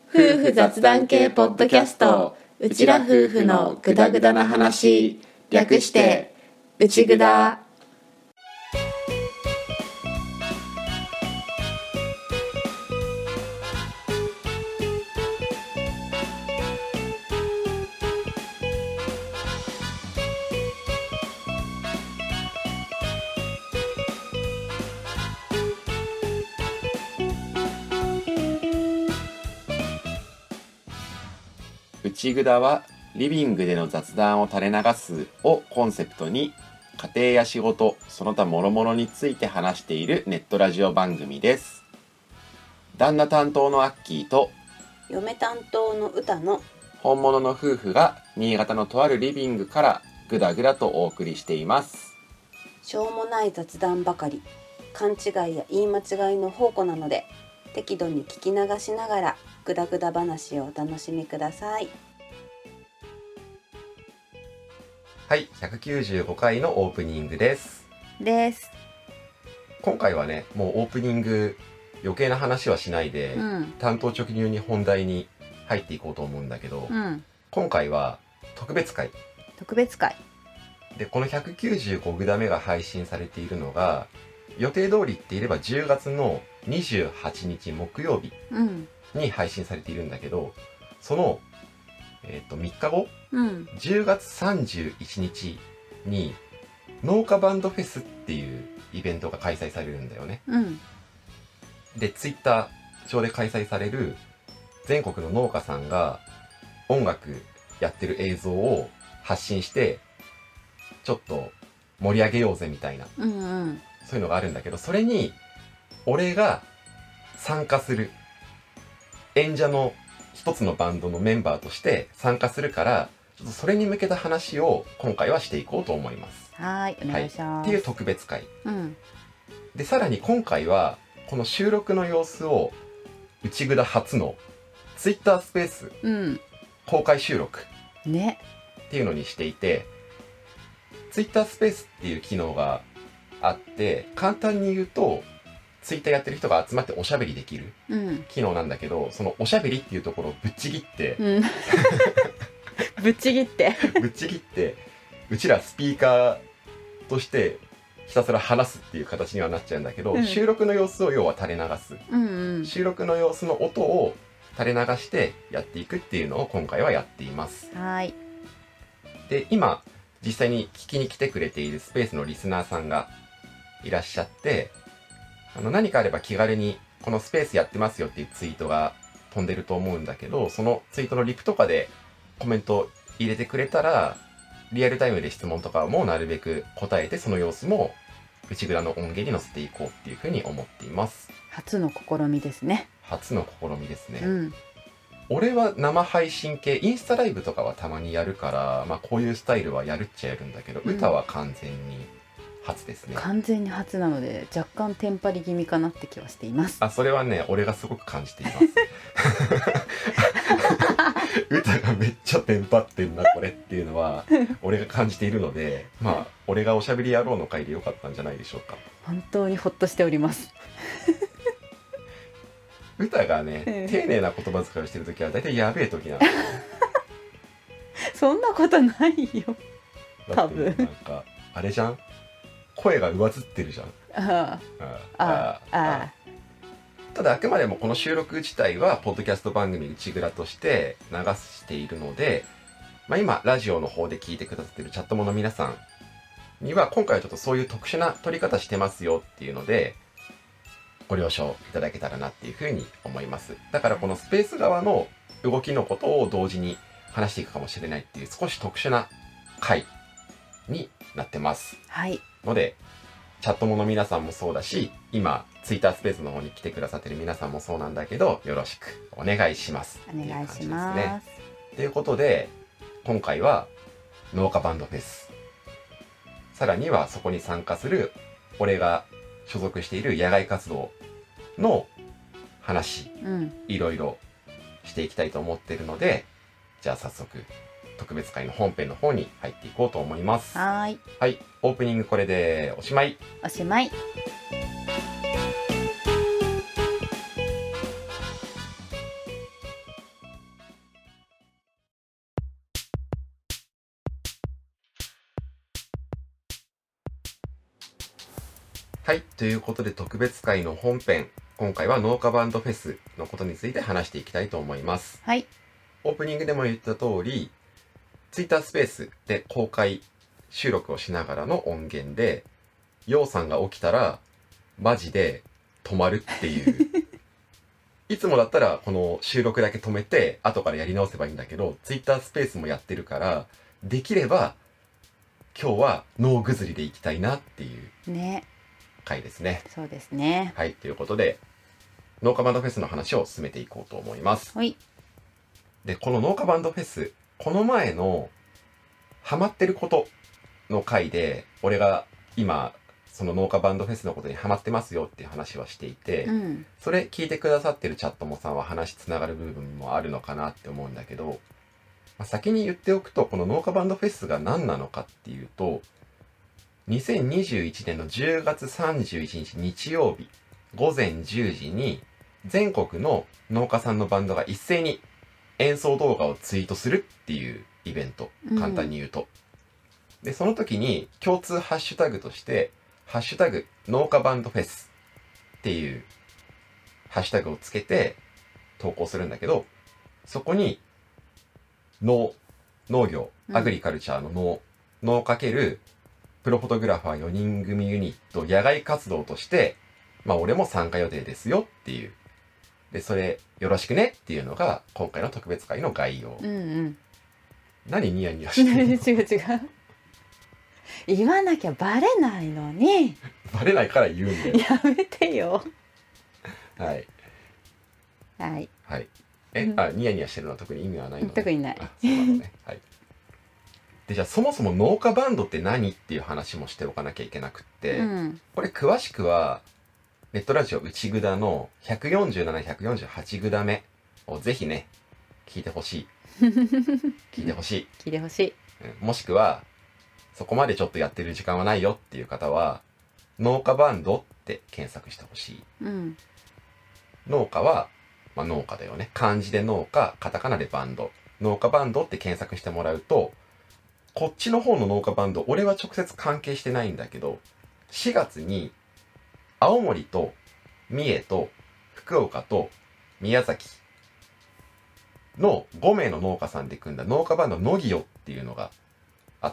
夫婦雑談系ポッドキャスト、うちら夫婦のグダグダな話、略してうちぐだ。 内ぐだはリビングでの雑談を垂れ流すをコンセプトに家庭や仕事その他諸々について話しているネットラジオ番組です。旦那担当のアッキーと嫁担当の歌の本物の夫婦が新潟のとあるリビングからぐだぐだとお送りしています。 しょうもない雑談ばかり、勘違いや言い間違いの宝庫なので適度に聞き流しながらぐだぐだ話をお楽しみください。 はい、195回のオープニングです。今回はね、もうオープニング余計な話はしないで、単刀直入に本題に入っていこうと思うんだけど、今回は特別会で、この195ぐだめが配信されているのが予定通りっていれば10月の28日木曜日に配信されているんだけど、その3日後、10月31日に農家バンドフェスっていうイベントが開催されるんだよね。で、ツイッター上で開催される全国の農家さんが音楽やってる映像を発信してちょっと盛り上げようぜみたいな、そういうのがあるんだけど、それに俺が参加する演者の一つのバンドのメンバーとして参加するから、ちょっとそれに向けた話を今回はしていこうと思います。 はい、お願いします。 っていう特別会、で、さらに今回はこの収録の様子を内ぐだ初のツイッタースペース、公開収録っていうのにしていて、ツイッタースペースっていう機能があって、簡単に言うとツイッターやってる人が集まっておしゃべりできる機能なんだけど、そのおしゃべりっていうところをぶっちぎって、ぶっちぎってうちらスピーカーとしてひたすら話すっていう形にはなっちゃうんだけど、収録の様子を要は垂れ流す、収録の様子の音を垂れ流してやっていくっていうのを今回はやっています。で、今実際に聞きに来てくれているスペースのリスナーさんがいらっしゃって、何かあれば気軽にこのスペースやってますよっていうツイートが飛んでると思うんだけど、そのツイートのリプとかでコメント入れてくれたら、リアルタイムで質問とかもなるべく答えて、その様子も内ぐだの音源に載せていこうっていうふうに思っています。 初の試みですね。 俺は生配信系インスタライブとかはたまにやるから、こういうスタイルはやるっちゃやるんだけど、歌は完全に初ですね。 完全に初なので若干テンパり気味かなって気はしています。 それはね、俺がすごく感じています歌がめっちゃテンパってんなこれっていうのは俺が感じているので、俺がおしゃべり野郎の回でよかったんじゃないでしょうか。 本当にほっとしております歌がね、丁寧な言葉遣いをしてるときは大体やべえ時なんですよそんなことないよ多分。 なんかあれじゃん、声が上ずってるじゃん。ただあくまでもこの収録自体はポッドキャスト番組内ぐだとして流しているので、今ラジオの方で聞いてくださってるチャットモの皆さんには今回はちょっとそういう特殊な撮り方してますよっていうのでご了承いただけたらなっていうふうに思います。だからこのスペース側の動きのことを同時に話していくかもしれないっていう少し特殊な回になってます。のでチャットモの皆さんもそうだし、今ツイッタースペースの方に来てくださってる皆さんもそうなんだけど、よろしくお願いしますっていう感じですね。ということで今回は農家バンドフェス、さらにはそこに参加する俺が所属している野外活動の話、いろいろしていきたいと思っているので、じゃあ早速特別会の本編の方に入っていこうと思います。はい、オープニングこれでおしまい。 はい、ということで特別会の本編、今回は農家バンドフェスのことについて話していきたいと思います。 はい。 オープニングでも言った通り、Twitter スペースで公開収録をしながらの音源で、ようさんが起きたらマジで止まるっていういつもだったらこの収録だけ止めて後からやり直せばいいんだけど、 Twitter スペースもやってるから、できれば今日はノーぐずりでいきたいなっていうね。 回ですね。 そうですね。 はい、ということで農家バンドフェスの話を進めていこうと思います。 はい。 で、この農家バンドフェス、この前のハマってることの回で俺が今その農家バンドフェスのことにハマってますよっていう話はしていて、 うん、 それ聞いてくださってるチャットモさんは話つながる部分もあるのかなって思うんだけど、先に言っておくと、この農家バンドフェスが何なのかっていうと、2021年の10月31日日曜日午前10時に全国の農家さんのバンドが一斉に演奏動画をツイートするっていうイベント、簡単に言うと。で、その時に共通ハッシュタグとして、ハッシュタグ農家バンドフェスっていうハッシュタグをつけて投稿するんだけど、そこに農業、アグリカルチャーの農かけるプロフォトグラファー4人組ユニット野外活動として、俺も参加予定ですよっていう。で、それよろしくねっていうのが今回の特別会の概要。 うんうん。 何ニヤニヤしてるの？ 違う。言わなきゃバレないのに。 バレないから言うんだよ。 やめてよ。 はい。 はい。 はい。ニヤニヤしてるのは特に意味はないのね。 特にない。 そうなのね。はい。で、じゃあそもそも農家バンドって何っていう話もしておかなきゃいけなくって、これ詳しくはネットラジオ内ぐだの147、148ぐだめをぜひね、聞いてほしい。聞いてほしい。 聞いてほしい。もしくは、そこまでちょっとやってる時間はないよっていう方は、農家バンドって検索してほしい。農家は、農家だよね。漢字で農家、カタカナでバンド。農家バンドって検索してもらうと、こっちの方の農家バンド、俺は直接関係してないんだけど、4月に、青森と三重と福岡と宮崎の5名の農家さんで組んだ農家バンドノギオっていうのがあって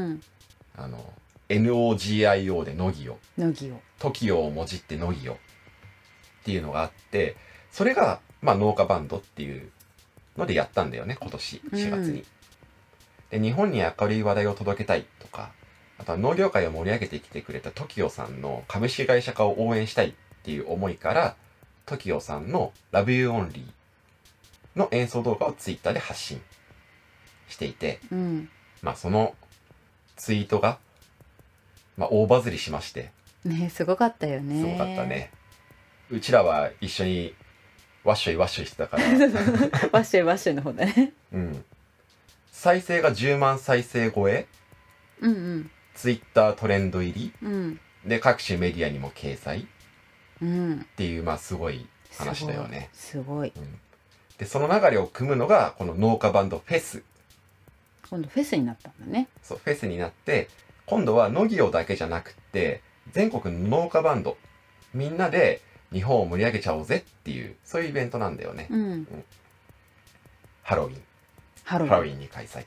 、NOGIO でノギオ。TOKIO をもじってノギオっていうのがあって、それが、農家バンドっていうのでやったんだよね、今年4月に。で、日本に明るい話題を届けたいとか、あとは農業界を盛り上げてきてくれた TOKIO さんの株式会社化を応援したいっていう思いから、TOKIO さんの Love You Only の演奏動画をツイッターで発信していて、そのツイートが、大バズりしまして。 ね、すごかったよね。 すごかったね。うちらは一緒にワッショイワッショイしてたから。 ワッショイワッショイの方だね。 再生が10万再生超え。ツイッタートレンド入り。で、各種メディアにも掲載。っていう、すごい話だよね。 すごい。 で、その流れを組むのが、この農家バンドフェス。 今度フェスになったんだね。 そう、フェスになって、今度はノギオだけじゃなくって、全国の農家バンド、みんなで日本を盛り上げちゃおうぜっていう、そういうイベントなんだよね。ハロウィンに開催。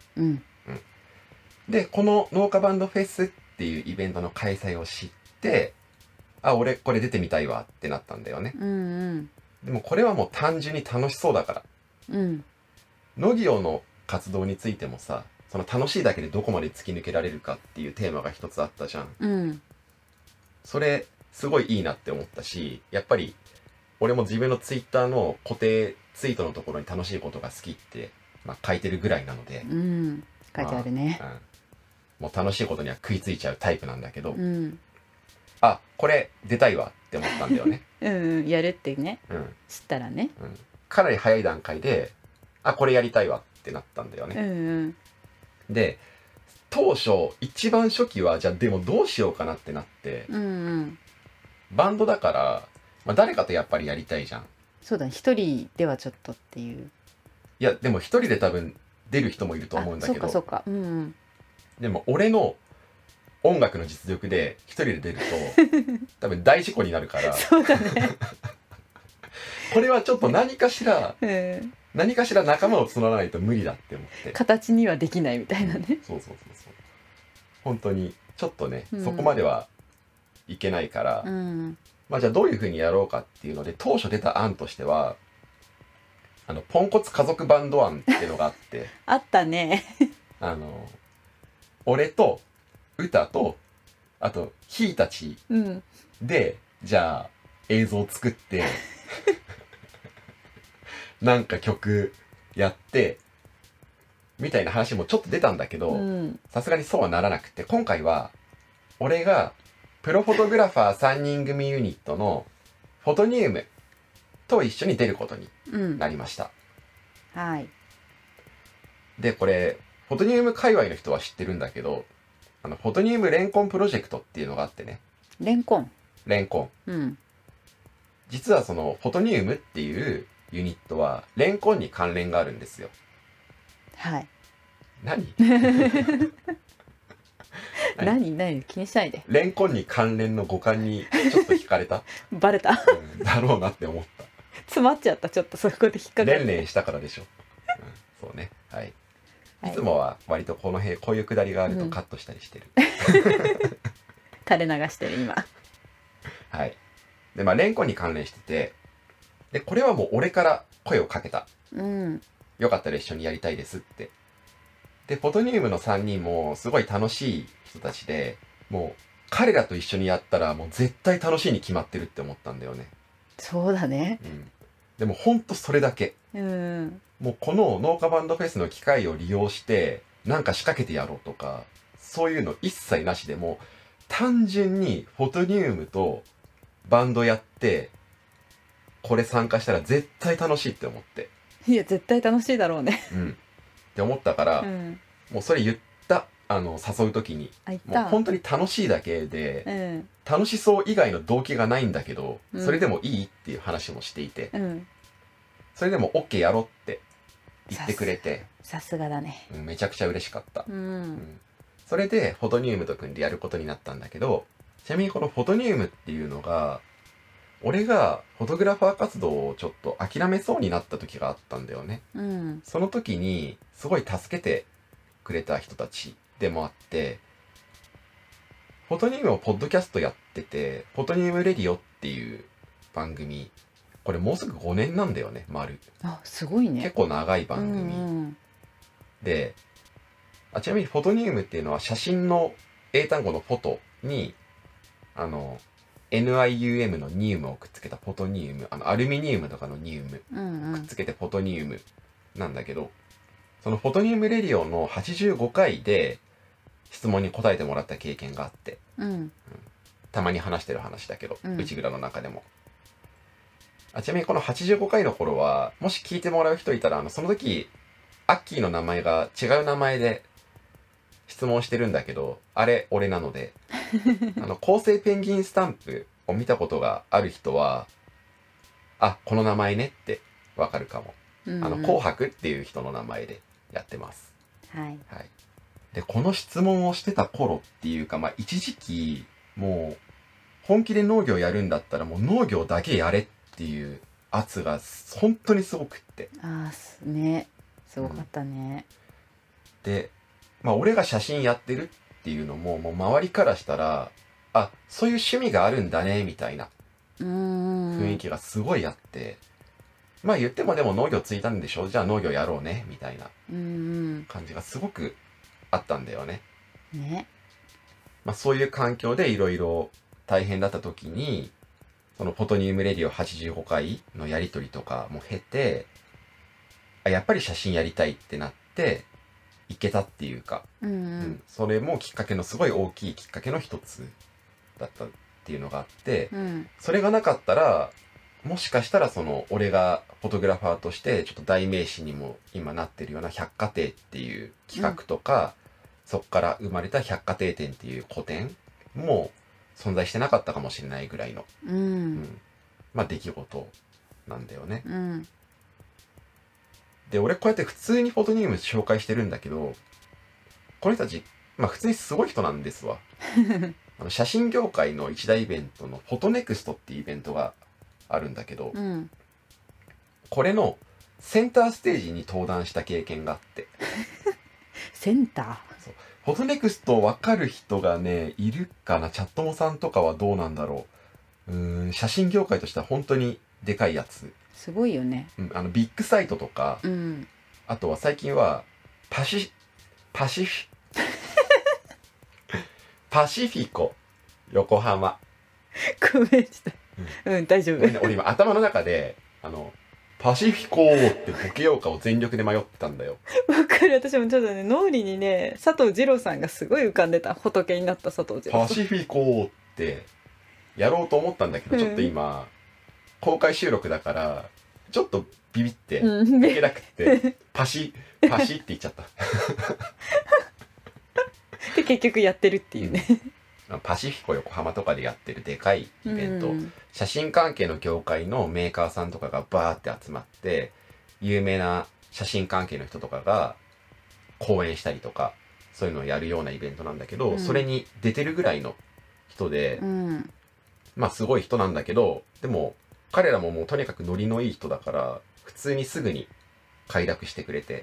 で、この農家バンドフェスっていうイベントの開催を知って、俺これ出てみたいわってなったんだよね。でもこれはもう単純に楽しそうだから。農業の活動についてもさ、その楽しいだけでどこまで突き抜けられるかっていうテーマが一つあったじゃん。それすごいいいなって思ったし、やっぱり俺も自分のツイッターの固定ツイートのところに楽しいことが好きって、書いてるぐらいなので、 書いてあるね。 もう楽しいことには食いついちゃうタイプなんだけど、これ出たいわって思ったんだよね。 やるってね、知ったらね、 かなり早い段階でこれやりたいわってなったんだよね。で、当初一番初期はじゃあでもどうしようかなってなって、バンドだから、誰かとやっぱりやりたいじゃん。 そうだね、一人ではちょっとっていう。 いやでも一人で多分出る人もいると思うんだけど。 そうか、 でも俺の音楽の実力で一人で出ると多分大事故になるからそうだねこれはちょっと何かしら仲間を募らないと無理だって思って形にはできないみたいなね。 そう本当にちょっとね、そこまではいけないから、まあじゃあどういう風にやろうかっていうので当初出た案としてはポンコツ家族バンド案っていうのがあってあったね俺と歌とあとひーたちで、じゃあ映像作ってなんか曲やってみたいな話もちょっと出たんだけど、さすがにそうはならなくて、今回は俺がプロフォトグラファー3人組ユニットのフォトニウムと一緒に出ることになりました、 はい。 でこれフォトニウム界隈の人は知ってるんだけど、フォトニウムレンコンプロジェクトっていうのがあってね。 レンコン。 実はそのフォトニウムっていうユニットはレンコンに関連があるんですよ。 はい。 何気にしないで。 レンコンに関連の語感にちょっと惹かれたバレた、 だろうなって思った。 詰まっちゃった。ちょっとそこで引っかかる。 レンしたからでしょ、そうね。はい。いつもは割とこういうくだりがあるとカットしたりしてる、 垂れ流してる今。 はい。でレンコンに関連してて、でこれはもう俺から声をかけた。よかったら一緒にやりたいですって。でフォトニウムの3人もすごい楽しい人たちで、もう彼らと一緒にやったらもう絶対楽しいに決まってるって思ったんだよね。 そうだね。 でもほんとそれだけ。もうこの農家バンドフェスの機会を利用してなんか仕掛けてやろうとかそういうの一切なしで、も単純にフォトニウムとバンドやってこれ参加したら絶対楽しいって思って。 いや絶対楽しいだろうね。 って思ったから、もうそれ言った。誘う時にもう本当に楽しいだけで、楽しそう以外の動機がないんだけど、それでもいいっていう話もしていて、それでも OK やろうって言ってくれて、 さすがだね、 めちゃくちゃ嬉しかった、それでフォトニウムと組んでやることになったんだけど、ちなみにこのフォトニウムっていうのが俺がフォトグラファー活動をちょっと諦めそうになった時があったんだよね、その時にすごい助けてくれた人たちでもあって、フォトニウムをポッドキャストやってて、フォトニウムレディオっていう番組、これもうすぐ5年なんだよね、丸。 あ、すごいね。 結構長い番組、で、ちなみにフォトニウムっていうのは写真の英単語のフォトにNIUM のニウムをくっつけたフォトニウム、アルミニウムとかのニウム、くっつけてフォトニウムなんだけど、そのフォトニウムレディオの85回で質問に答えてもらった経験があって、たまに話してる話だけど、内蔵の中でも。ちなみにこの85回の頃はもし聞いてもらう人いたら、その時アッキーの名前が違う名前で質問してるんだけど、あれ俺なので構成ペンギンスタンプを見たことがある人は、あ、この名前ねってわかるかも。紅白っていう人の名前でやってます。 はい。 でこの質問をしてた頃っていうか、一時期もう本気で農業やるんだったらもう農業だけやれっていう圧が本当にすごくって。 ね、すごかったね。 で俺が写真やってるっていうのも、もう周りからしたら、あ、そういう趣味があるんだねみたいな雰囲気がすごいあって、言ってもでも農業ついたんでしょ、じゃあ農業やろうねみたいな感じがすごくあったんだよね。そういう環境でいろいろ大変だった時に、そのフォトニウムレディオ85回のやり取りとかも経て、やっぱり写真やりたいってなっていけたっていうか、それもきっかけのすごい大きいきっかけの一つだったっていうのがあって、それがなかったらもしかしたらその俺がフォトグラファーとしてちょっと代名詞にも今なってるような百貨店っていう企画とか、そっから生まれた百貨店展っていう個展も存在してなかったかもしれないぐらいの、出来事なんだよね。で俺こうやって普通にフォトニウム紹介してるんだけど、この人たちまあ普通にすごい人なんですわ写真業界の一大イベントのフォトネクストっていうイベントがあるんだけど、 うん、 これのセンターステージに登壇した経験があってセンター、 そうフォトネクスト分かる人がねいるかな。チャットモさんとかはどうなんだろう。写真業界としては本当にでかいやつ、 すごいよね。 ビッグサイトとか、 うん、 あとは最近はパシフィコ横浜ごめんちょっと、うん、大丈夫。 俺今頭の中でパシフィコってボケようかを全力で迷ってたんだよ。 わかる。私もちょっとね、脳裏にね、佐藤二郎さんがすごい浮かんでた。仏になった佐藤二郎さん。 パシフィコってやろうと思ったんだけど、ちょっと今公開収録だからちょっとビビっていけなくて、パシって言っちゃったで結局やってるっていうね、 パシフィコ横浜とかでやってるでかいイベント、写真関係の業界のメーカーさんとかがバーって集まって、有名な写真関係の人とかが講演したりとかそういうのをやるようなイベントなんだけど、それに出てるぐらいの人で、まあすごい人なんだけど、でも彼らももうとにかくノリのいい人だから普通にすぐに快諾してくれて、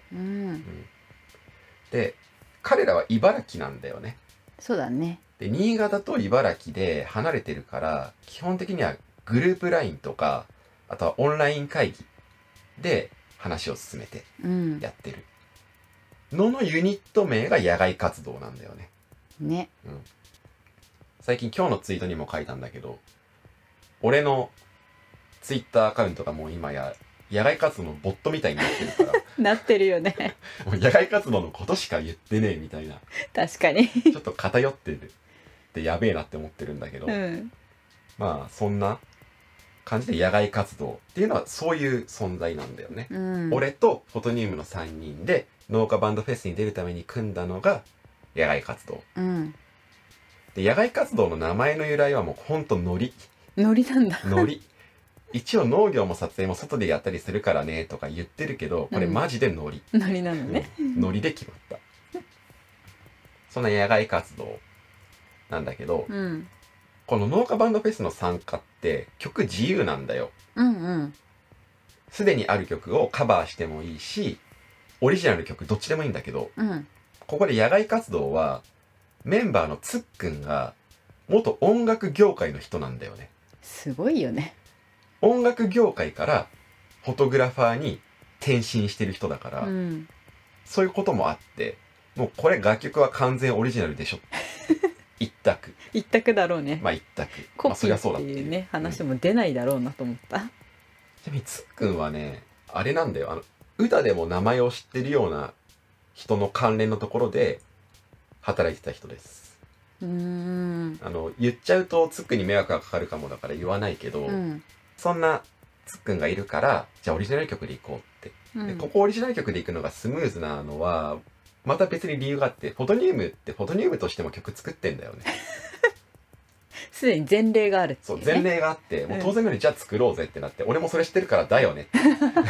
で彼らは茨城なんだよね。 そうだね。 で新潟と茨城で離れてるから基本的にはグループ LINE とかあとはオンライン会議で話を進めてやってるののユニット名が野外活動なんだよね。 ね、 最近今日のツイートにも書いたんだけど、俺のツイッターアカウントがもう今や野外活動のボットみたいになってるからなってるよねもう野外活動のことしか言ってねえみたいな、 確かにちょっと偏ってるってやべえなって思ってるんだけど、まあそんな感じで野外活動っていうのはそういう存在なんだよね、俺とフォトニウムの3人で農家バンドフェスに出るために組んだのが野外活動、で野外活動の名前の由来はもうほんとノリなんだ。ノリ一応農業も撮影も外でやったりするからねとか言ってるけど、これマジでノリ、 ノリなのね、 ノリで決まったそんな野外活動なんだけど、この農家バンドフェスの参加って曲自由なんだよ。すでにある曲をカバーしてもいいしオリジナル曲どっちでもいいんだけど、ここで野外活動はメンバーのつっくんが元音楽業界の人なんだよね。 すごいよね。 音楽業界からフォトグラファーに転身してる人だから、そういうこともあってもうこれ楽曲は完全オリジナルでしょ一択だろうね。 まあ一択コピーっていうね、話も出ないだろうなと思った。 ちなみにつっくんはねあれなんだよ、歌でも名前を知ってるような人の関連のところで働いてた人です。言っちゃうとつっくんに迷惑がかかるかもだから言わないけど、そんなつっくんがいるからじゃあオリジナル曲でいこうって、でここオリジナル曲でいくのがスムーズなのはまた別に理由があって、フォトニウムってフォトニウムとしても曲作ってんだよねすでに前例があるっていう、 ね、そう前例があってもう当然のようにじゃあ作ろうぜってなって、俺もそれ知ってるからだよね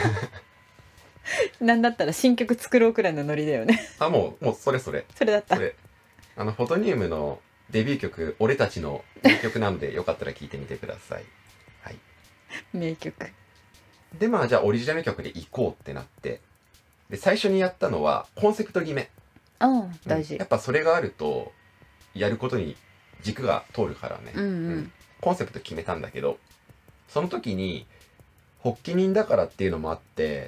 なんだったら新曲作ろうくらいのノリだよねもうそれだった。 フォトニウムのデビュー曲俺たちの名曲なのでよかったら聴いてみてください。はい、 名曲でまあじゃあオリジナル曲でいこうってなって、で最初にやったのはコンセプト決め。 大事、 やっぱそれがあるとやることに軸が通るからね、コンセプト決めたんだけど、その時に発起人だからっていうのもあって、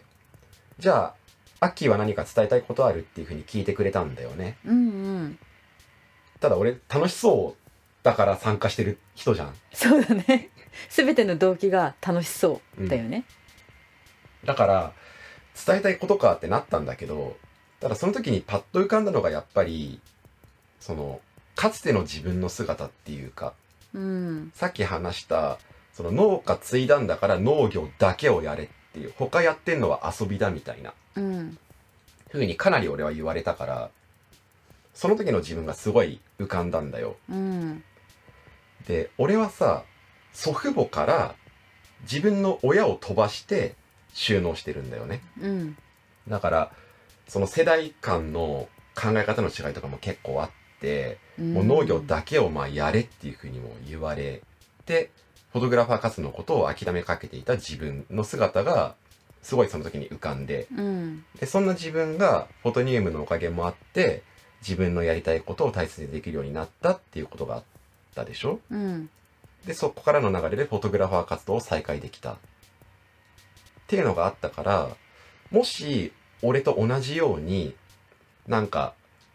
じゃあアッキーは何か伝えたいことあるっていうふうに聞いてくれたんだよね。ただ俺楽しそうだから参加してる人じゃん。 そうだね全ての動機が楽しそうだよね、 だから伝えたいことかってなったんだけど、ただその時にパッと浮かんだのがやっぱりそのかつての自分の姿っていうか、さっき話したその農家継いだんだから農業だけをやれっていう、他やってんのは遊びだみたいな、ふうにかなり俺は言われたから、その時の自分がすごい浮かんだんだよ、で俺はさ祖父母から自分の親を飛ばして収納してるんだよね、だからその世代間の考え方の違いとかも結構あって、もう農業だけをやれっていうふうにも言われて、フォトグラファー活動のことを諦めかけていた自分の姿がすごいその時に浮かんで、でそんな自分がフォトニウムのおかげもあって自分のやりたいことを大切にできるようになったっていうことがあったでしょ、でそこからの流れでフォトグラファー活動を再開できたっていうのがあったから、もし俺と同じようになんか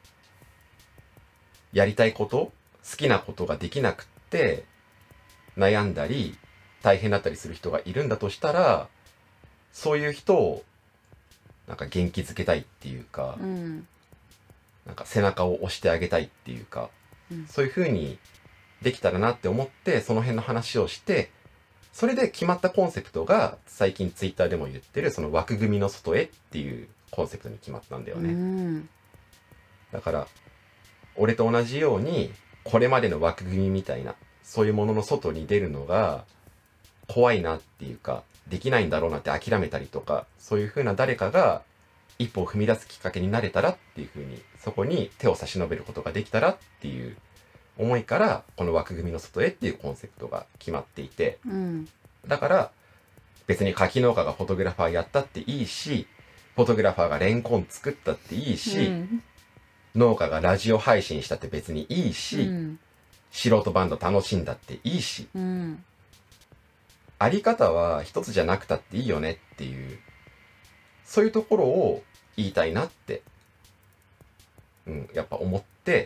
やりたいこと、好きなことができなくって悩んだり大変だったりする人がいるんだとしたら、そういう人をなんか元気づけたいっていうか、なんか背中を押してあげたいっていうか、そういう風にできたらなって思って、その辺の話をして、それで決まったコンセプトが最近ツイッターでも言ってるその枠組みの外へっていうコンセプトに決まったんだよね。だから俺と同じようにこれまでの枠組みみたいなそういうものの外に出るのが怖いなっていうか、できないんだろうなって諦めたりとか、そういう風な誰かが一歩を踏み出すきっかけになれたらっていう風に、そこに手を差し伸べることができたらっていう思いから、この枠組みの外へっていうコンセプトが決まっていて、だから別に柿農家がフォトグラファーやったっていいし、フォトグラファーがレンコン作ったっていいし、農家がラジオ配信したって別にいいし、素人バンド楽しんだっていいし、あり方は一つじゃなくたっていいよねっていう、そういうところを言いたいなって、やっぱ思って、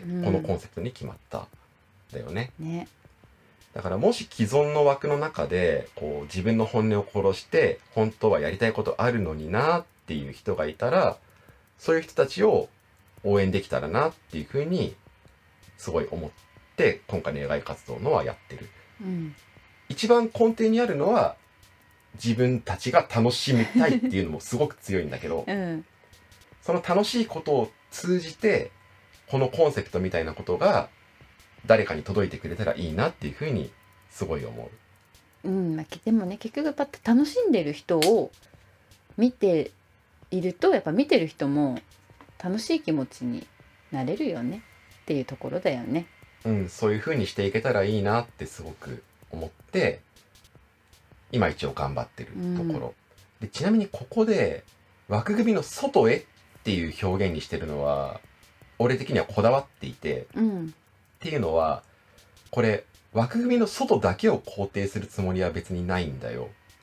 このコンセプトに決まったんだよね。だからもし既存の枠の中でこう自分の本音を殺して本当はやりたいことあるのになっていう人がいたら、そういう人たちを応援できたらなっていうふうにすごい思って今回の野外活動のはやってる。一番根底にあるのは自分たちが楽しみたいっていうのもすごく強いんだけど、その楽しいことを通じてこのコンセプトみたいなことが誰かに届いてくれたらいいなっていうふうにすごい思う。 でもね、結局やっぱ楽しんでる人を見ていると、やっぱ見てる人も楽しい気持ちになれるよねっていうところだよね。 そういうふうにしていけたらいいなってすごく思って今一応頑張ってるところ、でちなみにここで枠組みの外へっていう表現にしてるのは俺的にはこだわっていて、っていうのはこれ枠組みの外だけを肯定するつもりは別にないんだよ。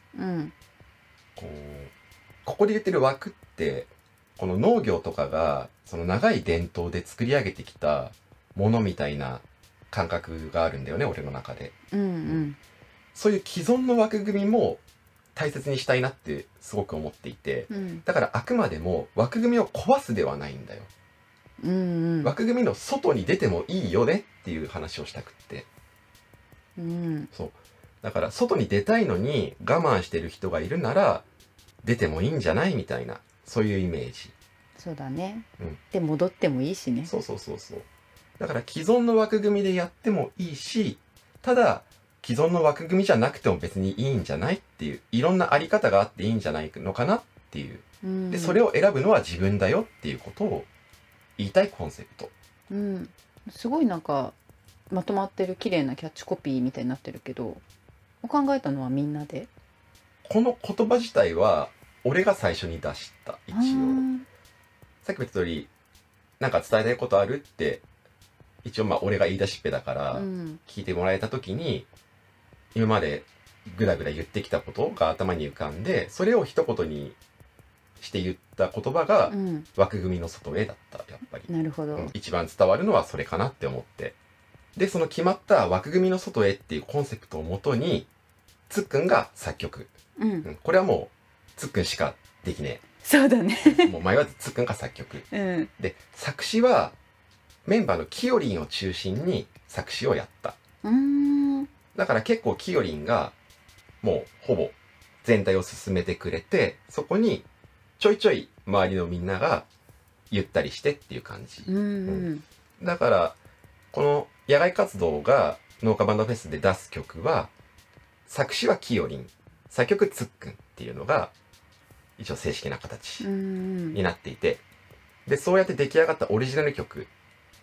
ここで言ってる枠ってこの農業とかがその長い伝統で作り上げてきたものみたいな感覚があるんだよね、俺の中で。そういう既存の枠組みも大切にしたいなってすごく思っていて、だからあくまでも枠組みを壊すではないんだよ。枠組みの外に出てもいいよねっていう話をしたくって、そうだから外に出たいのに我慢してる人がいるなら出てもいいんじゃないみたいな、そういうイメージ。 そうだね、で戻ってもいいしね。 そうだから既存の枠組みでやってもいいし、ただ既存の枠組みじゃなくても別にいいんじゃないっていう、いろんなあり方があっていいんじゃないのかなっていう、でそれを選ぶのは自分だよっていうことを言いたいコンセプト。すごいなんかまとまってる綺麗なキャッチコピーみたいになってるけど、考えたのはみんなで？ この言葉自体は俺が最初に出した。一応さっきも言った通り、なんか伝えたいことあるって一応俺が言い出しっぺだから聞いてもらえた時に、今までぐだぐだ言ってきたことが頭に浮かんで、それを一言にして言った言葉が枠組みの外へだった。やっぱりなるほど、 一番伝わるのはそれかなって思って、でその決まった枠組みの外へっていうコンセプトをもとにつっくんが作曲、これはもうつっくんしかできねえ。 そうだねもう迷わずつっくんが作曲、で作詞はメンバーのきよりんを中心に作詞をやった。だから結構きよりんがもうほぼ全体を進めてくれて、そこにちょいちょい周りのみんながゆったりしてっていう感じ、だからこの野外活動が農家バンドフェスで出す曲は作詞はきよりん、作曲つっくんっていうのが一応正式な形になっていて、でそうやって出来上がったオリジナル曲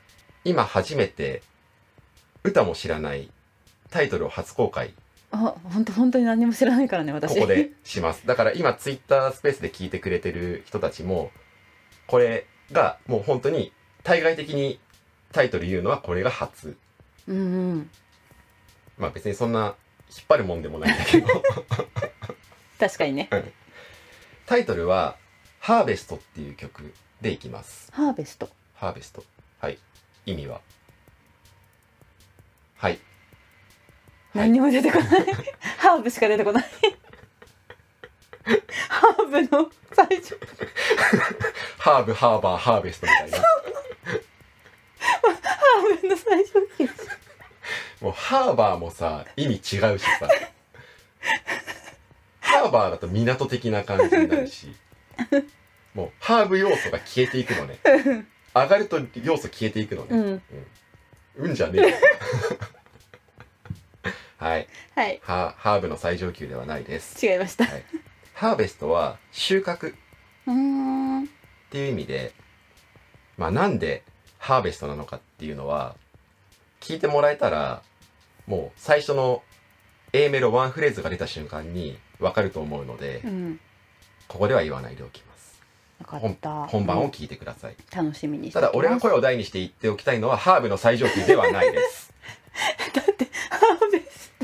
今初めて歌も知らないタイトルを初公開、 本当に何も知らないからね私。 ここでします。だから今ツイッタースペースで聞いてくれてる人たちも、これがもう本当に対外的にタイトル言うのはこれが初。 うんうん。 まあ別にそんな引っ張るもんでもないんだけど確かにね。 タイトルはハーベストっていう曲でいきます。 ハーベスト。 ハーベスト。はい。意味は。はい。 何にも出てこない。ハーブしか出てこない。ハーブの最初。 ハーブ、ハーバー、ハーベストみたいな。ハーブの最初。 もうハーバーもさ、意味違うしさ。ハーバーだと港的な感じになるし、もうハーブ要素が消えていくのね。上がると要素消えていくのね。うんじゃねえよ。はい。 はい。 ハーブの最上級ではないです。 違いました。 はい、ハーベストは収穫っていう意味で、まあなんでハーベストなのかっていうのは聞いてもらえたら、もう最初の A メロ1フレーズが出た瞬間に分かると思うので、ここでは言わないでおきます。本番を聞いてください。 楽しみにしてただ俺が声を大にして言っておきたいのは、ハーブの最上級ではないです。 だってハーベス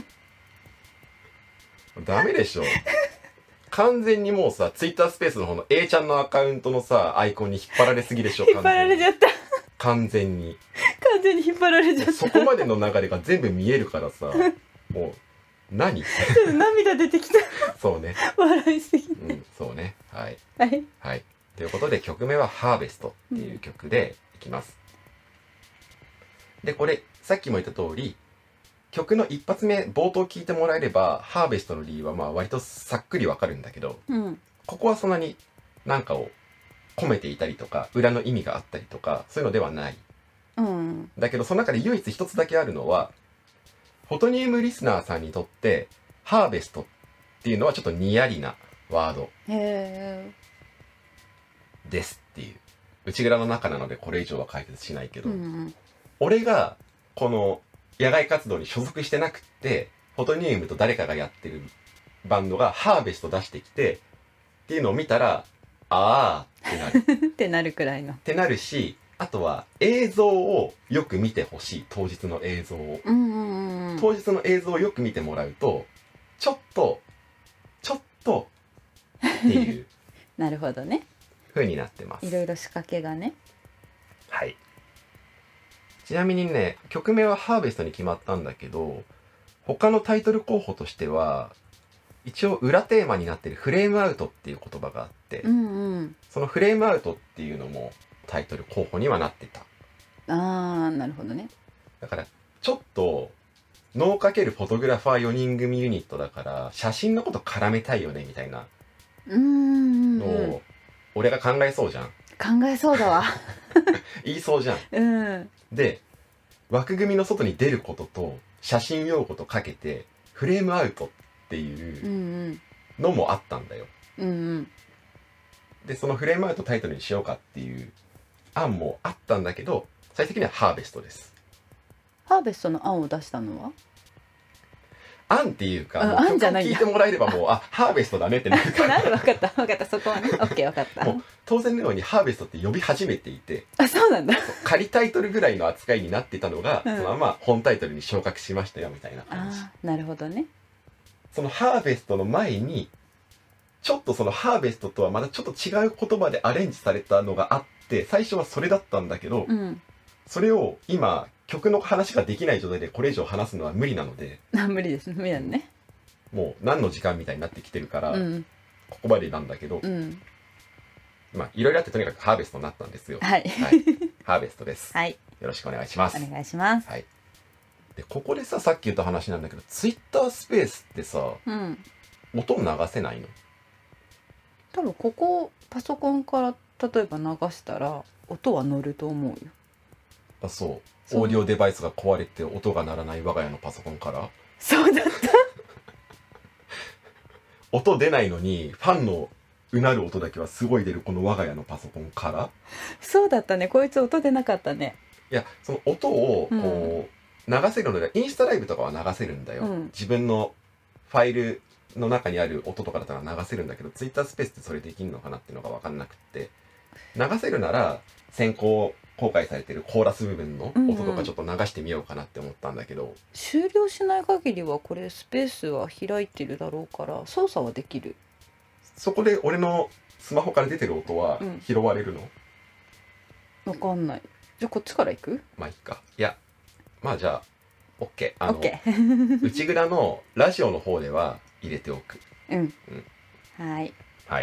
トダメでしょ。完全にもうさ、ツイッタースペースの方の A ちゃんのアカウントのさアイコンに引っ張られすぎでしょ。 引っ張られちゃった。 完全に引っ張られちゃった。 そこまでの流れが全部見えるからさ、もう何涙出てきた。 そうね、 笑いすぎて、 そうね。はいはいはい。ということで曲名はハーベストっていう曲でいきます。でこれさっきも言った通り、曲の一発目冒頭聞いてもらえればハーベストの理由はまあ割とさっくりわかるんだけど、ここはそんなに何かを込めていたりとか裏の意味があったりとかそういうのではない、だけどその中で唯一一つだけあるのは、フォトニウムリスナーさんにとってハーベストっていうのはちょっとニヤリなワードですっていう、内蔵の中なのでこれ以上は解決しないけど、俺がこの野外活動に所属してなくって、フォトニウムと誰かがやってるバンドがハーベスト出してきてっていうのを見たら、あーってなるってなるくらいのってなるし、あとは映像をよく見てほしい。当日の映像を、当日の映像をよく見てもらうとちょっとっていうなるほどね、 風になってます。 いろいろ仕掛けがね。 はい。ちなみにね、曲名はハーベストに決まったんだけど、他のタイトル候補としては一応裏テーマになってるフレームアウトっていう言葉があって、そのフレームアウトっていうのもタイトル候補にはなってた。 なるほどね。 だからちょっとノー×フォトグラファー4人組ユニットだから写真のこと絡めたいよねみたいなのを俺が考えそうじゃん。 考えそうだわ。 言いそうじゃん。で枠組みの外に出ることと写真用語とかけてフレームアウトっていうのもあったんだよ。でそのフレームアウトタイトルにしようかっていう案もあったんだけど、最終的にはハーベストです。 ハーベストの案を出したのは案っていうか、案じゃないんだ。聞いてもらえればもうハーベストだねってなるから。 分かったそこはね。オッケー分かった。 もう当然のようにハーベストって呼び始めていて、 そうなんだ。 仮タイトルぐらいの扱いになってたのが、そのまま本タイトルに昇格しましたよみたいな感じ。 なるほどね。 そのハーベストの前にちょっとそのハーベストとはまたちょっと違う言葉でアレンジされたのがあって、最初はそれだったんだけど、それを今曲の話ができない状態でこれ以上話すのは無理なので、 無理です、無理だね。 もう何の時間みたいになってきてるから、ここまでなんだけど、まあいろいろあってとにかくハーベストになったんですよ。 はい、 ハーベストです。 はい、 よろしくお願いします。 お願いします。 はい。でここでさっき言った話なんだけど、ツイッタースペースってさ、音流せないの？ 多分ここパソコンから例えば流したら音は乗ると思うよ。 あ、そう。オーディオデバイスが壊れて音が鳴らない我が家のパソコンから。 そうだった。 音出ないのにファンのうなる音だけはすごい出るこの我が家のパソコンから。 そうだったね。こいつ音出なかったね。 いやその音をこう流せるので、インスタライブとかは流せるんだよ、自分のファイルの中にある音とかだったら流せるんだけど、ツイッタースペースってそれできるのかなっていうのが分かんなくって、流せるなら先行公開されてるコーラス部分の音とかちょっと流してみようかなって思ったんだけど、 終了しない限りはこれスペースは開いてるだろうから操作はできる。 そこで俺のスマホから出てる音は拾われるの？ わかんない。じゃあこっちから行く？ まあいいか。いやまあじゃあ OK。 内蔵のラジオの方では入れておく。 はい。 はい。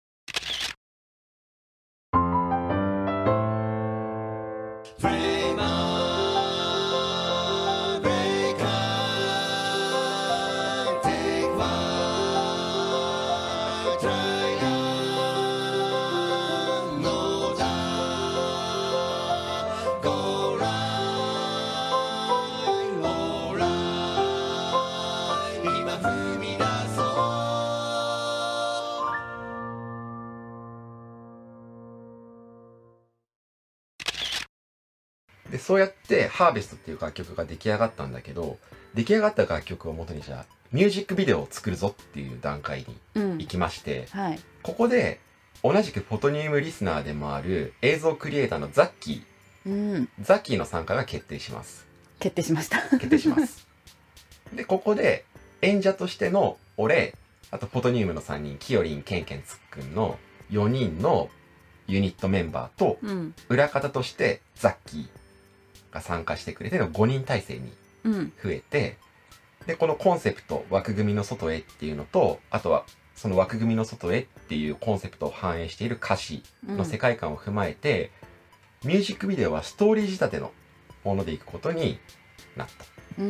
でそうやってハーベストっていう楽曲が出来上がったんだけど、出来上がった楽曲をもとにじゃあミュージックビデオを作るぞっていう段階に行きまして、ここで同じくフォトニウムリスナーでもある映像クリエイターのザッキーの参加が決定します。 決定しました。 決定します。でここで演者としての俺、あとフォトニウムの3人、キヨリン、ケンケン、ツックンの4人のユニットメンバーと、裏方としてザッキーが参加してくれての5人体制に増えて、でこのコンセプト枠組みの外へっていうのと、あとはその枠組みの外へっていうコンセプトを反映している歌詞の世界観を踏まえて、ミュージックビデオはストーリー仕立てのものでいくことになった。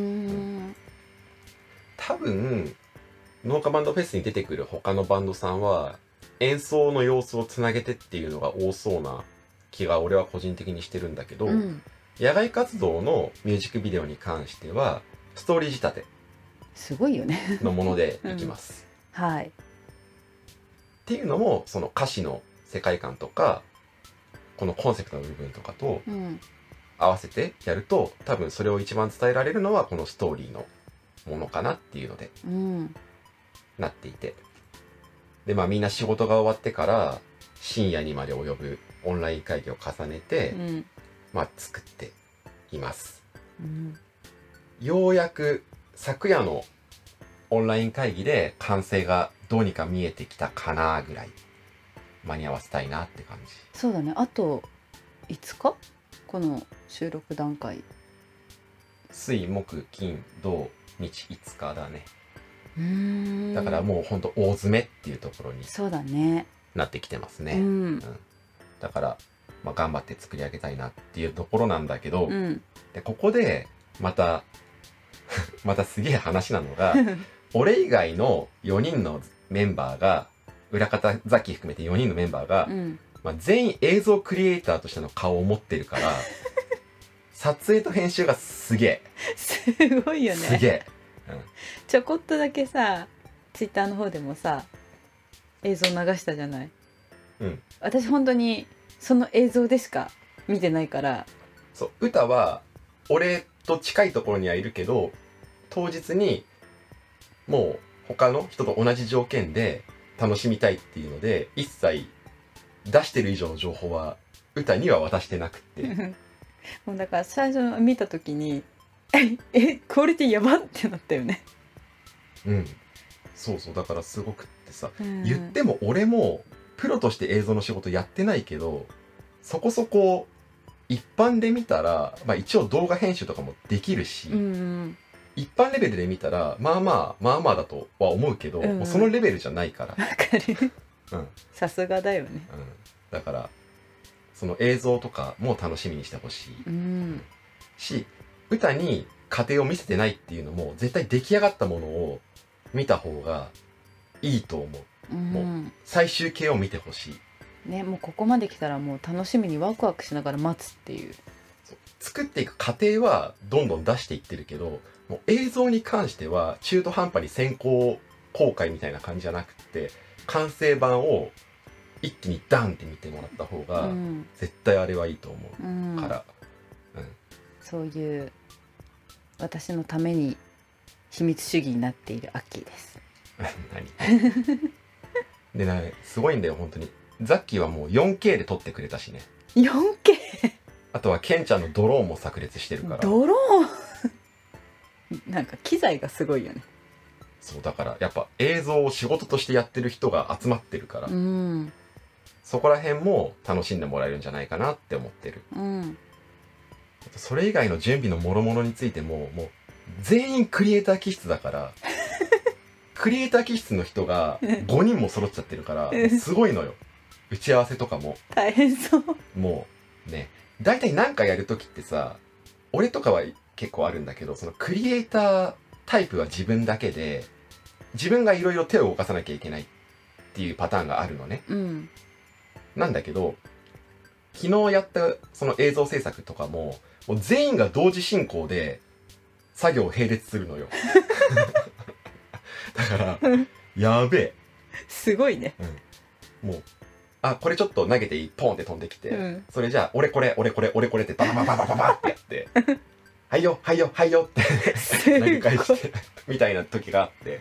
多分農家バンドフェスに出てくる他のバンドさんは演奏の様子をつなげてっていうのが多そうな気が俺は個人的にしてるんだけど、野外活動のミュージックビデオに関してはストーリー仕立てすごいよねのものでいきます。 はい。 っていうのもその歌詞の世界観とかこのコンセプトの部分とかと合わせてやると、多分それを一番伝えられるのはこのストーリーのものかなっていうのでなっていて、でまあみんな仕事が終わってから深夜にまで及ぶオンライン会議を重ねて、まあ作っています。ようやく昨夜のオンライン会議で完成がどうにか見えてきたかなぐらい、間に合わせたいなって感じ。 そうだね。あと5日この収録段階。 水木金土日5日だね。だからもうほんと大詰めっていうところにそうだねなってきてますね。だから、まあ、頑張って作り上げたいなっていうところなんだけど、でここでまたまたすげえ話なのが俺以外の4人のメンバーが、裏方ザキ含めて4人のメンバーが、まあ、全員映像クリエイターとしての顔を持ってるから撮影と編集がすげえすごいよね。 すげえ、 ちょこっとだけさツイッターの方でもさ映像流したじゃない。私本当にその映像でしか見てないから。 そう歌は俺と近いところにはいるけど、当日にもう他の人と同じ条件で楽しみたいっていうので一切出してる以上の情報は歌には渡してなくってもうだから最初見た時にクオリティやばってなったよね。 そうだからすごくってさ、言っても俺もプロとして映像の仕事やってないけど、そこそこ一般で見たら、まあ、一応動画編集とかもできるし、一般レベルで見たらまあまあだとは思うけど、もうそのレベルじゃないから。 わかる。さすがだよね。 だからその映像とかも楽しみにしてほしい、し、歌に過程を見せてないっていうのも絶対出来上がったものを見た方がいいと思う。もう最終形を見てほしいね。もうここまで来たらもう楽しみにワクワクしながら待つっていう。 作っていく過程はどんどん出していってるけど、もう映像に関しては中途半端に先行公開みたいな感じじゃなくて、完成版を一気にダンって見てもらった方が絶対あれはいいと思うから、 そういう私のために秘密主義になっているアッキーです何でね、すごいんだよ本当に。ザッキーはもう 4K で撮ってくれたしね。 4K。 あとはケンちゃんのドローンも炸裂してるから。 ドローンなんか機材がすごいよね。 そうだからやっぱ映像を仕事としてやってる人が集まってるから、そこら辺も楽しんでもらえるんじゃないかなって思ってる。それ以外の準備の諸々についてももう全員クリエイター気質だからクリエイター気質の人が5人も揃っちゃってるからすごいのよ。打ち合わせとかも大変そう。 もうね、大体何かやるときってさ、俺とかは結構あるんだけど、そのクリエイタータイプは自分だけで自分がいろいろ手を動かさなきゃいけないっていうパターンがあるのね、なんだけど昨日やったその映像制作とかもう全員が同時進行で作業を並列するのよだからやべえ、 すごいね、 もうこれちょっと投げていい、ポンって飛んできて、それじゃあ俺これってバババババババってやってはいよはいよはいよって投げ返してみたいな時があって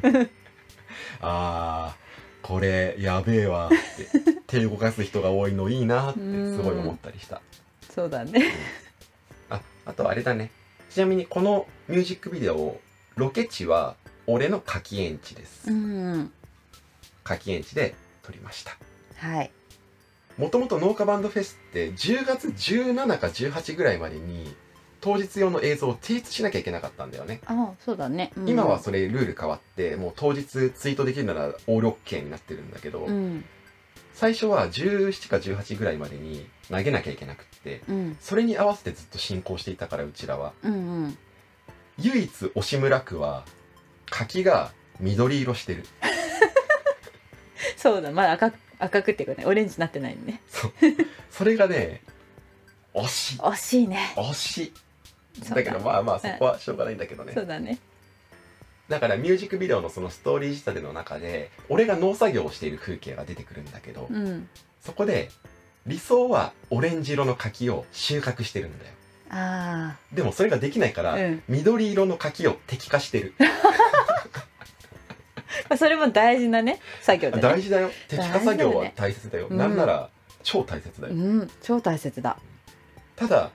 これやべえわって手動かす人が多いのいいなってすごい思ったりした。 そうだね、 あとあれだね、ちなみにこのミュージックビデオロケ地は俺の柿園地です。柿園地で撮りました。 はい。 もともと農家バンドフェスって10月17か18ぐらいまでに当日用の映像を提出しなきゃいけなかったんだよね。 そうだね、 今はそれルール変わってもう当日ツイートできるならオールオッケーになってるんだけど、最初は17か18ぐらいまでに投げなきゃいけなくって、それに合わせてずっと進行していたからうちらは、唯一押村区は柿が緑色してるそうだ、まだ赤くっていうかね、オレンジになってないね。 それがね惜しいね。 惜しいだけどまあそこはしょうがないんだけどね、 そうだね。 だからミュージックビデオのそのストーリー仕立ての中で俺が農作業をしている風景が出てくるんだけど、そこで理想はオレンジ色の柿を収穫してるんだよ。でもそれができないから、緑色の柿を摘果してるそれも大事なね作業だね。 大事だよ、摘果作業は大切だよ、なんなら超大切だよ、 超大切だ。 ただ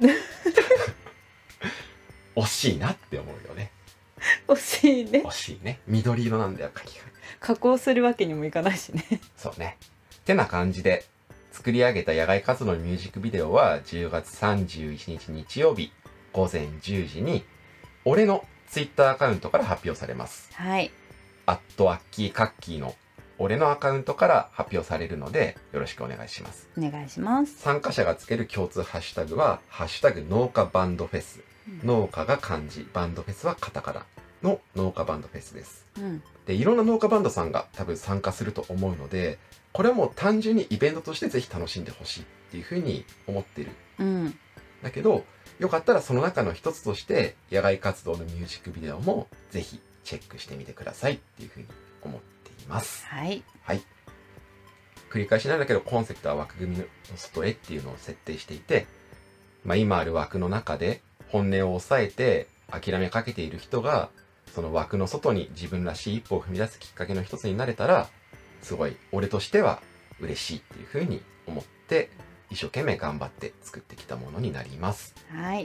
惜しいなって思うよね。 惜しいね。 惜しいね。緑色なんだよ柿が。 加工するわけにもいかないしね。 そうね。ってな感じで作り上げた野外活動のミュージックビデオは10月31日日曜日午前10時に俺のツイッターアカウントから発表されます。 はい。 アッキーカッキーの俺のアカウントから発表されるのでよろしくお願いします。 お願いします。 参加者がつける共通ハッシュタグはハッシュタグ農家バンドフェス、農家が漢字、バンドフェスはカタカナの農家バンドフェスです、でいろんな農家バンドさんが多分参加すると思うので、これはもう単純にイベントとしてぜひ楽しんでほしいっていうふうに思ってる、だけどよかったらその中の一つとして野外活動のミュージックビデオもぜひチェックしてみてくださいっていうふうに思っています。 はい、 繰り返しなんだけどコンセプトは枠組みの外へっていうのを設定していて、今ある枠の中で本音を抑えて諦めかけている人がその枠の外に自分らしい一歩を踏み出すきっかけの一つになれたらすごい俺としては嬉しいっていうふうに思って一生懸命頑張って作ってきたものになります。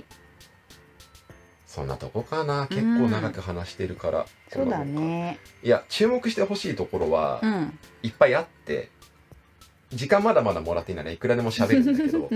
そんなとこかな。結構長く話してるから、 そうだね。 いや注目してほしいところは、いっぱいあって時間まだまだもらっていいならいくらでも喋るんだけど、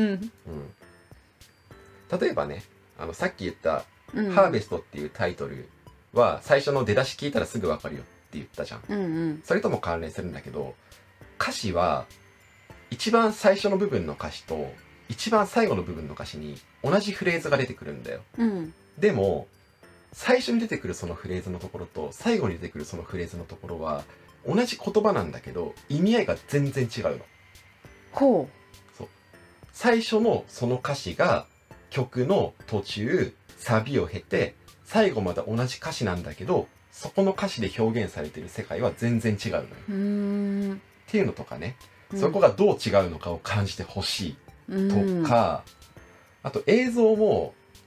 例えばねさっき言ったハーベストっていうタイトルは最初の出だし聞いたらすぐわかるよって言ったじゃん、それとも関連するんだけど、歌詞は一番最初の部分の歌詞と一番最後の部分の歌詞に同じフレーズが出てくるんだよ、でも最初に出てくるそのフレーズのところと最後に出てくるそのフレーズのところは同じ言葉なんだけど意味合いが全然違うの。そう最初のその歌詞が曲の途中サビを経て最後まで同じ歌詞なんだけどそこの歌詞で表現されてる世界は全然違うのよ。っていうのとかね、そこがどう違うのかを感じてほしいとか、あと映像も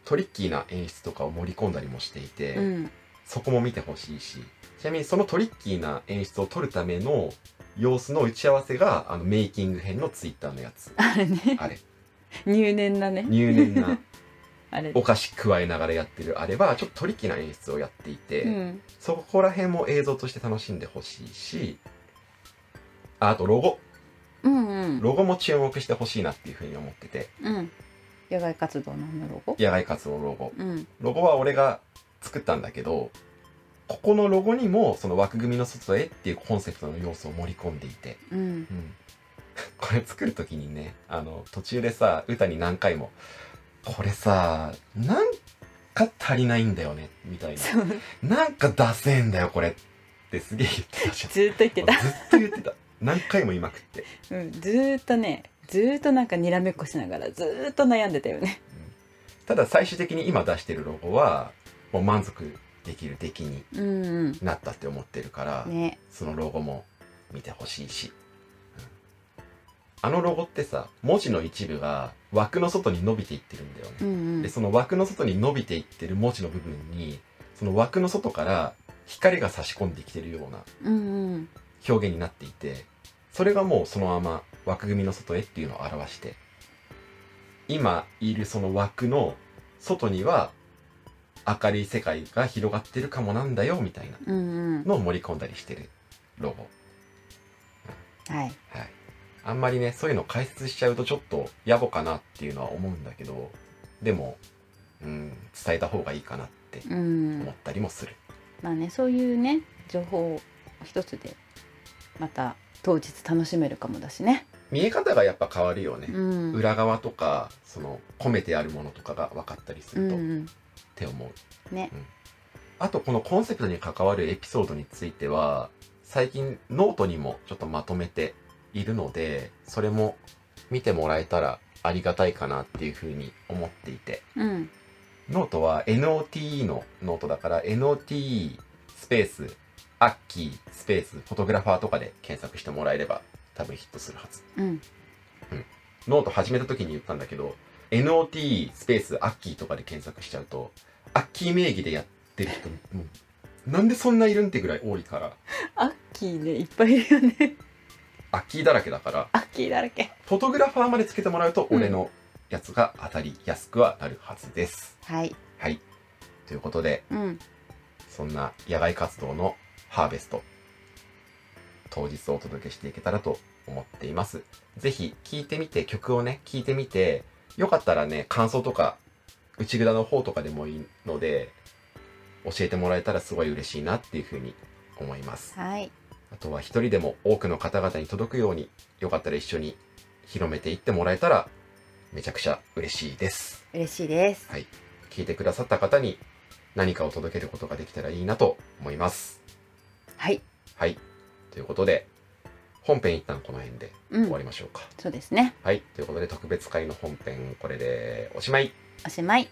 トリッキーな演出とかを盛り込んだりもしていて、 うん、 そこも見てほしいし、ちなみにそのトリッキーな演出を撮るための様子の打ち合わせがメイキング編のツイッターのやつ。 あれね、 あれ入念なね、 入念なあれお菓子加えながらやってるあれはちょっとトリッキーな演出をやっていて、 うん、 そこら辺も映像として楽しんでほしいし、あとロゴ、 うんうん、 ロゴも注目してほしいなっていうふうに思ってて、 うん、野外活動のロゴ、 野外活動ロゴ、 うん、 ロゴは俺が作ったんだけど、ここのロゴにもその枠組みの外へっていうコンセプトの要素を盛り込んでいて、 うん、 うん、これ作る時にね、途中でさ歌に何回もこれさなんか足りないんだよねみたいな、なんか出せんだよこれってすげえ言ってたじゃん。 ずっと言ってた。 ずっと言ってた。何回も言いまくって、 うん、ずっとね、ずっとなんかにらめっこしながらずっと悩んでたよね。 うん、ただ最終的に今出してるロゴはもう満足できる出来になったって思ってるから、 ね、 そのロゴも見てほしいし、あのロゴってさ、文字の一部が枠の外に伸びていってるんだよね、 うんうん、 でその枠の外に伸びていってる文字の部分にその枠の外から光が差し込んできてるような表現になっていて、それがもうそのまま枠組みの外へっていうのを表して、今いるその枠の外には明るい世界が広がってるかもなんだよみたいなのを盛り込んだりしてるロゴ、 うん、はい、 はい、あんまりねそういうのを解説しちゃうとちょっと野暮かなっていうのは思うんだけど、でも、伝えた方がいいかなって思ったりもする、 まあね、そういうね情報一つでまた当日楽しめるかもだしね。 見え方がやっぱ変わるよね、 うん、 裏側とかその込めてあるものとかが分かったりすると、って思うね、 あとこのコンセプトに関わるエピソードについては最近ノートにもちょっとまとめているので、それも見てもらえたらありがたいかなっていうふうに思っていて、ノートは NOTE のノートだから NOTE スペースアッキースペースフォトグラファーとかで検索してもらえれば多分ヒットするはず、ノート始めた時に言ったんだけど NOTE スペースアッキーとかで検索しちゃうとアッキー名義でやってる人もうなんでそんないるんってぐらい多いから、 アッキーねいっぱいいるよね。 アッキーだらけだから、 アッキーだらけ。 フォトグラファーまでつけてもらうと俺のやつが当たりやすくはなるはずです、 はいはい、ということで、そんな野外活動のハーベスト当日お届けしていけたらと思っています。ぜひ聴いてみて、曲をね聴いてみて、よかったらね感想とか内蔵の方とかでもいいので教えてもらえたらすごい嬉しいなっていうふうに思います。 はい、 あとは一人でも多くの方々に届くように、よかったら一緒に広めていってもらえたらめちゃくちゃ嬉しいです。 嬉しいです。 はい、聞いてくださった方に何かを届けることができたらいいなと思います。 はい、 はい、ということで本編一旦この辺で終わりましょうか。 そうですね。 はい、ということで特別会の本編これでおしまい。 おしまい。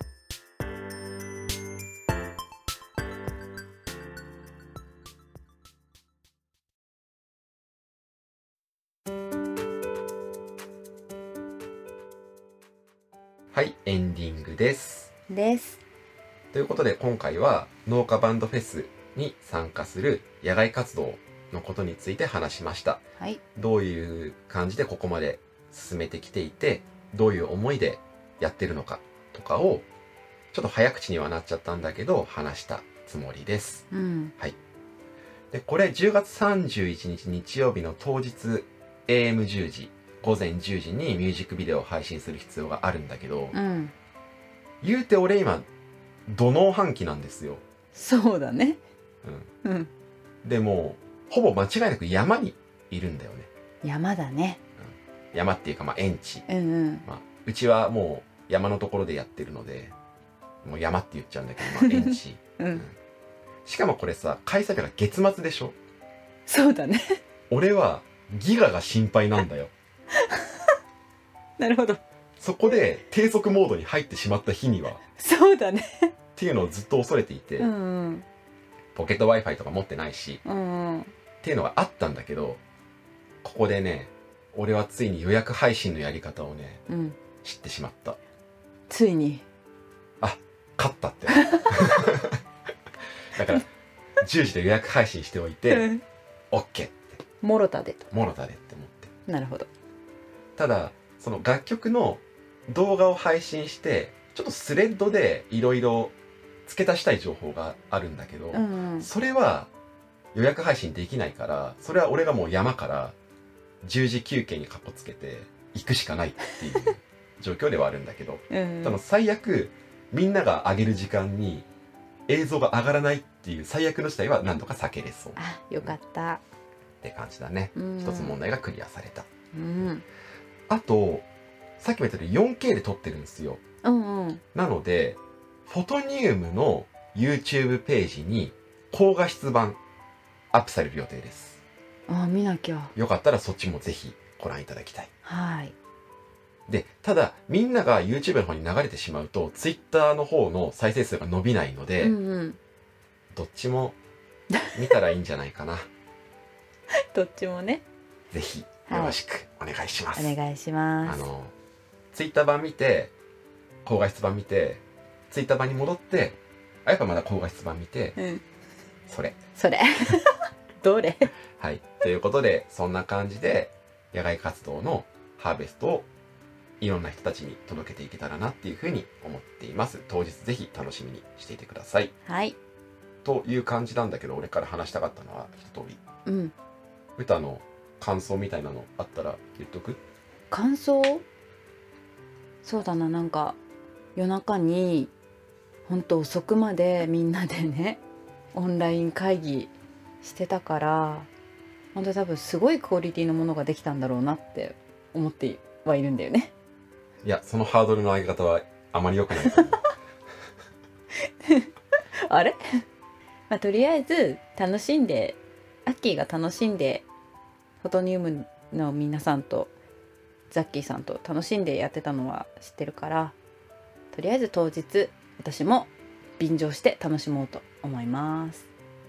はい、エンディングです。ということで今回は農家バンドフェスに参加する野外活動のことについて話しました。 はい、 どういう感じでここまで進めてきていて、どういう思いでやってるのかとかをちょっと早口にはなっちゃったんだけど話したつもりです。はい。で、これ10月31日日曜日の当日 AM10 時午前10時にミュージックビデオを配信する必要があるんだけど、言うて俺今土農繁期なんですよ。 そうだね。 でもほぼ間違いなく山にいるんだよね。 山だね。 山っていうか園地。うちはもう山のところでやってるので、もう山って言っちゃうんだけど、園地。しかもこれさ、開催日が月末でしょ。 そうだね。 俺はギガが心配なんだよ。 なるほど。 そこで低速モードに入ってしまった日には、 そうだね。 っていうのをずっと恐れていて、ポケット Wi-Fi とか持ってないし、っていうのがあったんだけど、ここでね、俺はついに予約配信のやり方をね、知ってしまった。 ついに勝ったってだから10時で予約配信しておいて OK ってもろたでって思って。 なるほど。 ただその楽曲の動画を配信してちょっとスレッドでいろいろ付け足したい情報があるんだけど、それは予約配信できないから、それは俺がもう山から10時休憩にかっこつけて行くしかないっていう状況ではあるんだけど、多分最悪みんなが上げる時間に映像が上がらないっていう最悪の事態は何とか避けれそう。 あ、よかった、 って感じだね。一つ問題がクリアされた。 あとさっきも言ったように 4K で撮ってるんですよ。なのでフォトニウムの YouTube ページに高画質版アップされる予定です。 見なきゃ。 よかったらそっちもぜひご覧いただきたい。 はい。 で、ただみんなが YouTube の方に流れてしまうと Twitter の方の再生数が伸びないので、どっちも見たらいいんじゃないかなどっちもね、 ぜひよろしくお願いします。 お願いします。 Twitter 版見て高画質版見て Twitter 版に戻ってやっぱまだ高画質版見て、それどれはい、ということでそんな感じで野外活動のハーベストをいろんな人たちに届けていけたらなっていうふうに思っています。当日ぜひ楽しみにしていてください。 はい。 という感じなんだけど、俺から話したかったのは一通り。歌の感想みたいなのあったら言っとく？ 感想？そうだな、なんか夜中にほんと遅くまでみんなでねオンライン会議してたから、本当多分すごいクオリティのものができたんだろうなって思ってはいるんだよね。 いや、そのハードルの上げ方はあまり良くないと思うあれとりあえず楽しんで、アッキーが楽しんで、フォトニウムの皆さんとザッキーさんと楽しんでやってたのは知ってるから、とりあえず当日私も便乗して楽しもうと思います。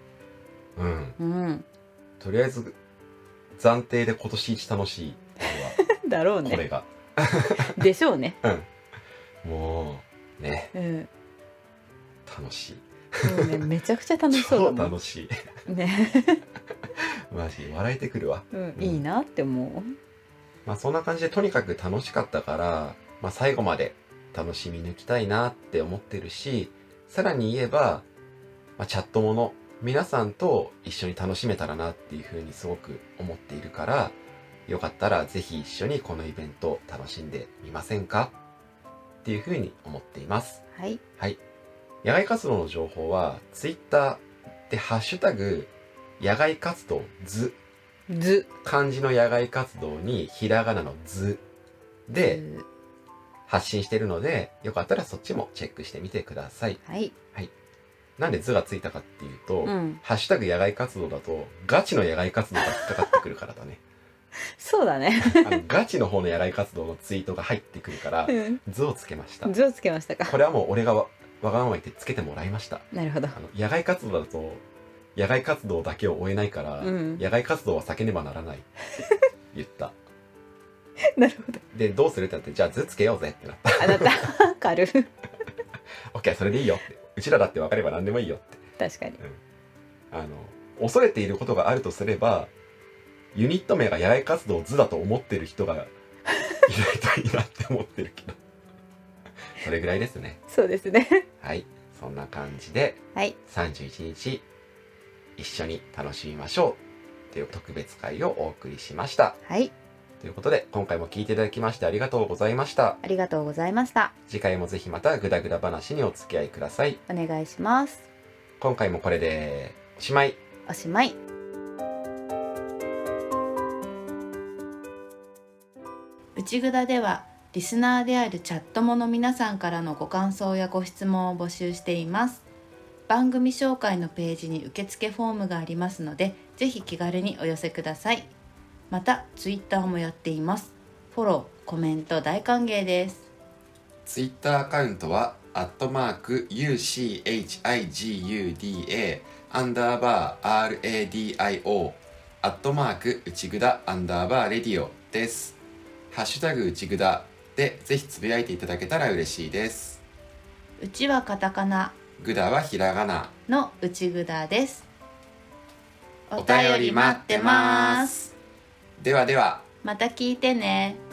とりあえず暫定で今年一楽しいだろうね。 これがでしょうね。 もうね、楽しい。 もうね、めちゃくちゃ楽しそうだもん。 超楽しいねマジ笑えてくるわ。 いいなって思う。そんな感じでとにかく楽しかったから、最後まで楽しみ抜きたいなって思ってるし、さらに言えば、チャットもの皆さんと一緒に楽しめたらなっていうふうにすごく思っているから、よかったらぜひ一緒にこのイベント楽しんでみませんかっていうふうに思っています。 はい。 はい。野外活動の情報は Twitter でハッシュタグ野外活動図、漢字の野外活動にひらがなの図で発信しているので、よかったらそっちもチェックしてみてください。 はい。 はい。なんで図がついたかっていうと、ハッシュタグ野外活動だとガチの野外活動が引っかかってくるからだね。 そうだね。 ガチの方の野外活動のツイートが入ってくるから、図をつけました。 図をつけましたか。 これはもう俺がわがまま言ってつけてもらいました。 なるほど。 野外活動だと野外活動だけを追えないから、野外活動は避けねばならないって言ったなるほど。 でどうするってなって、じゃあ図つけようぜってなった。 あなた軽オッケー、それでいいよって、うちらだって分かれば何でもいいよって。 確かに、 恐れていることがあるとすれば、ユニット名が野外活動図だと思ってる人がいないといいなって思ってるけどそれぐらいですね。 そうですね。 はい、そんな感じで、31日一緒に楽しみましょうという特別会をお送りしました。 はい。 ということで今回も聞いていただきましてありがとうございました。 ありがとうございました。 次回もぜひまたグダグダ話にお付き合いください。 お願いします。 今回もこれでおしまい。 おしまい。内ぐだではリスナーであるチャットモの皆さんからのご感想やご質問を募集しています。番組紹介のページに受付フォームがありますので、ぜひ気軽にお寄せください。またツイッターもやっています。フォロー、コメント大歓迎です。 ツイッターアカウントは@UCHIGUDA _RADIO内ぐだ_レディオです。ハッシュタグ内ぐだでぜひつぶやいていただけたら嬉しいです。 うちはカタカナ、 ぐだはひらがなのうちぐだです。 お便り待ってます。ではでは、 また聞いてね。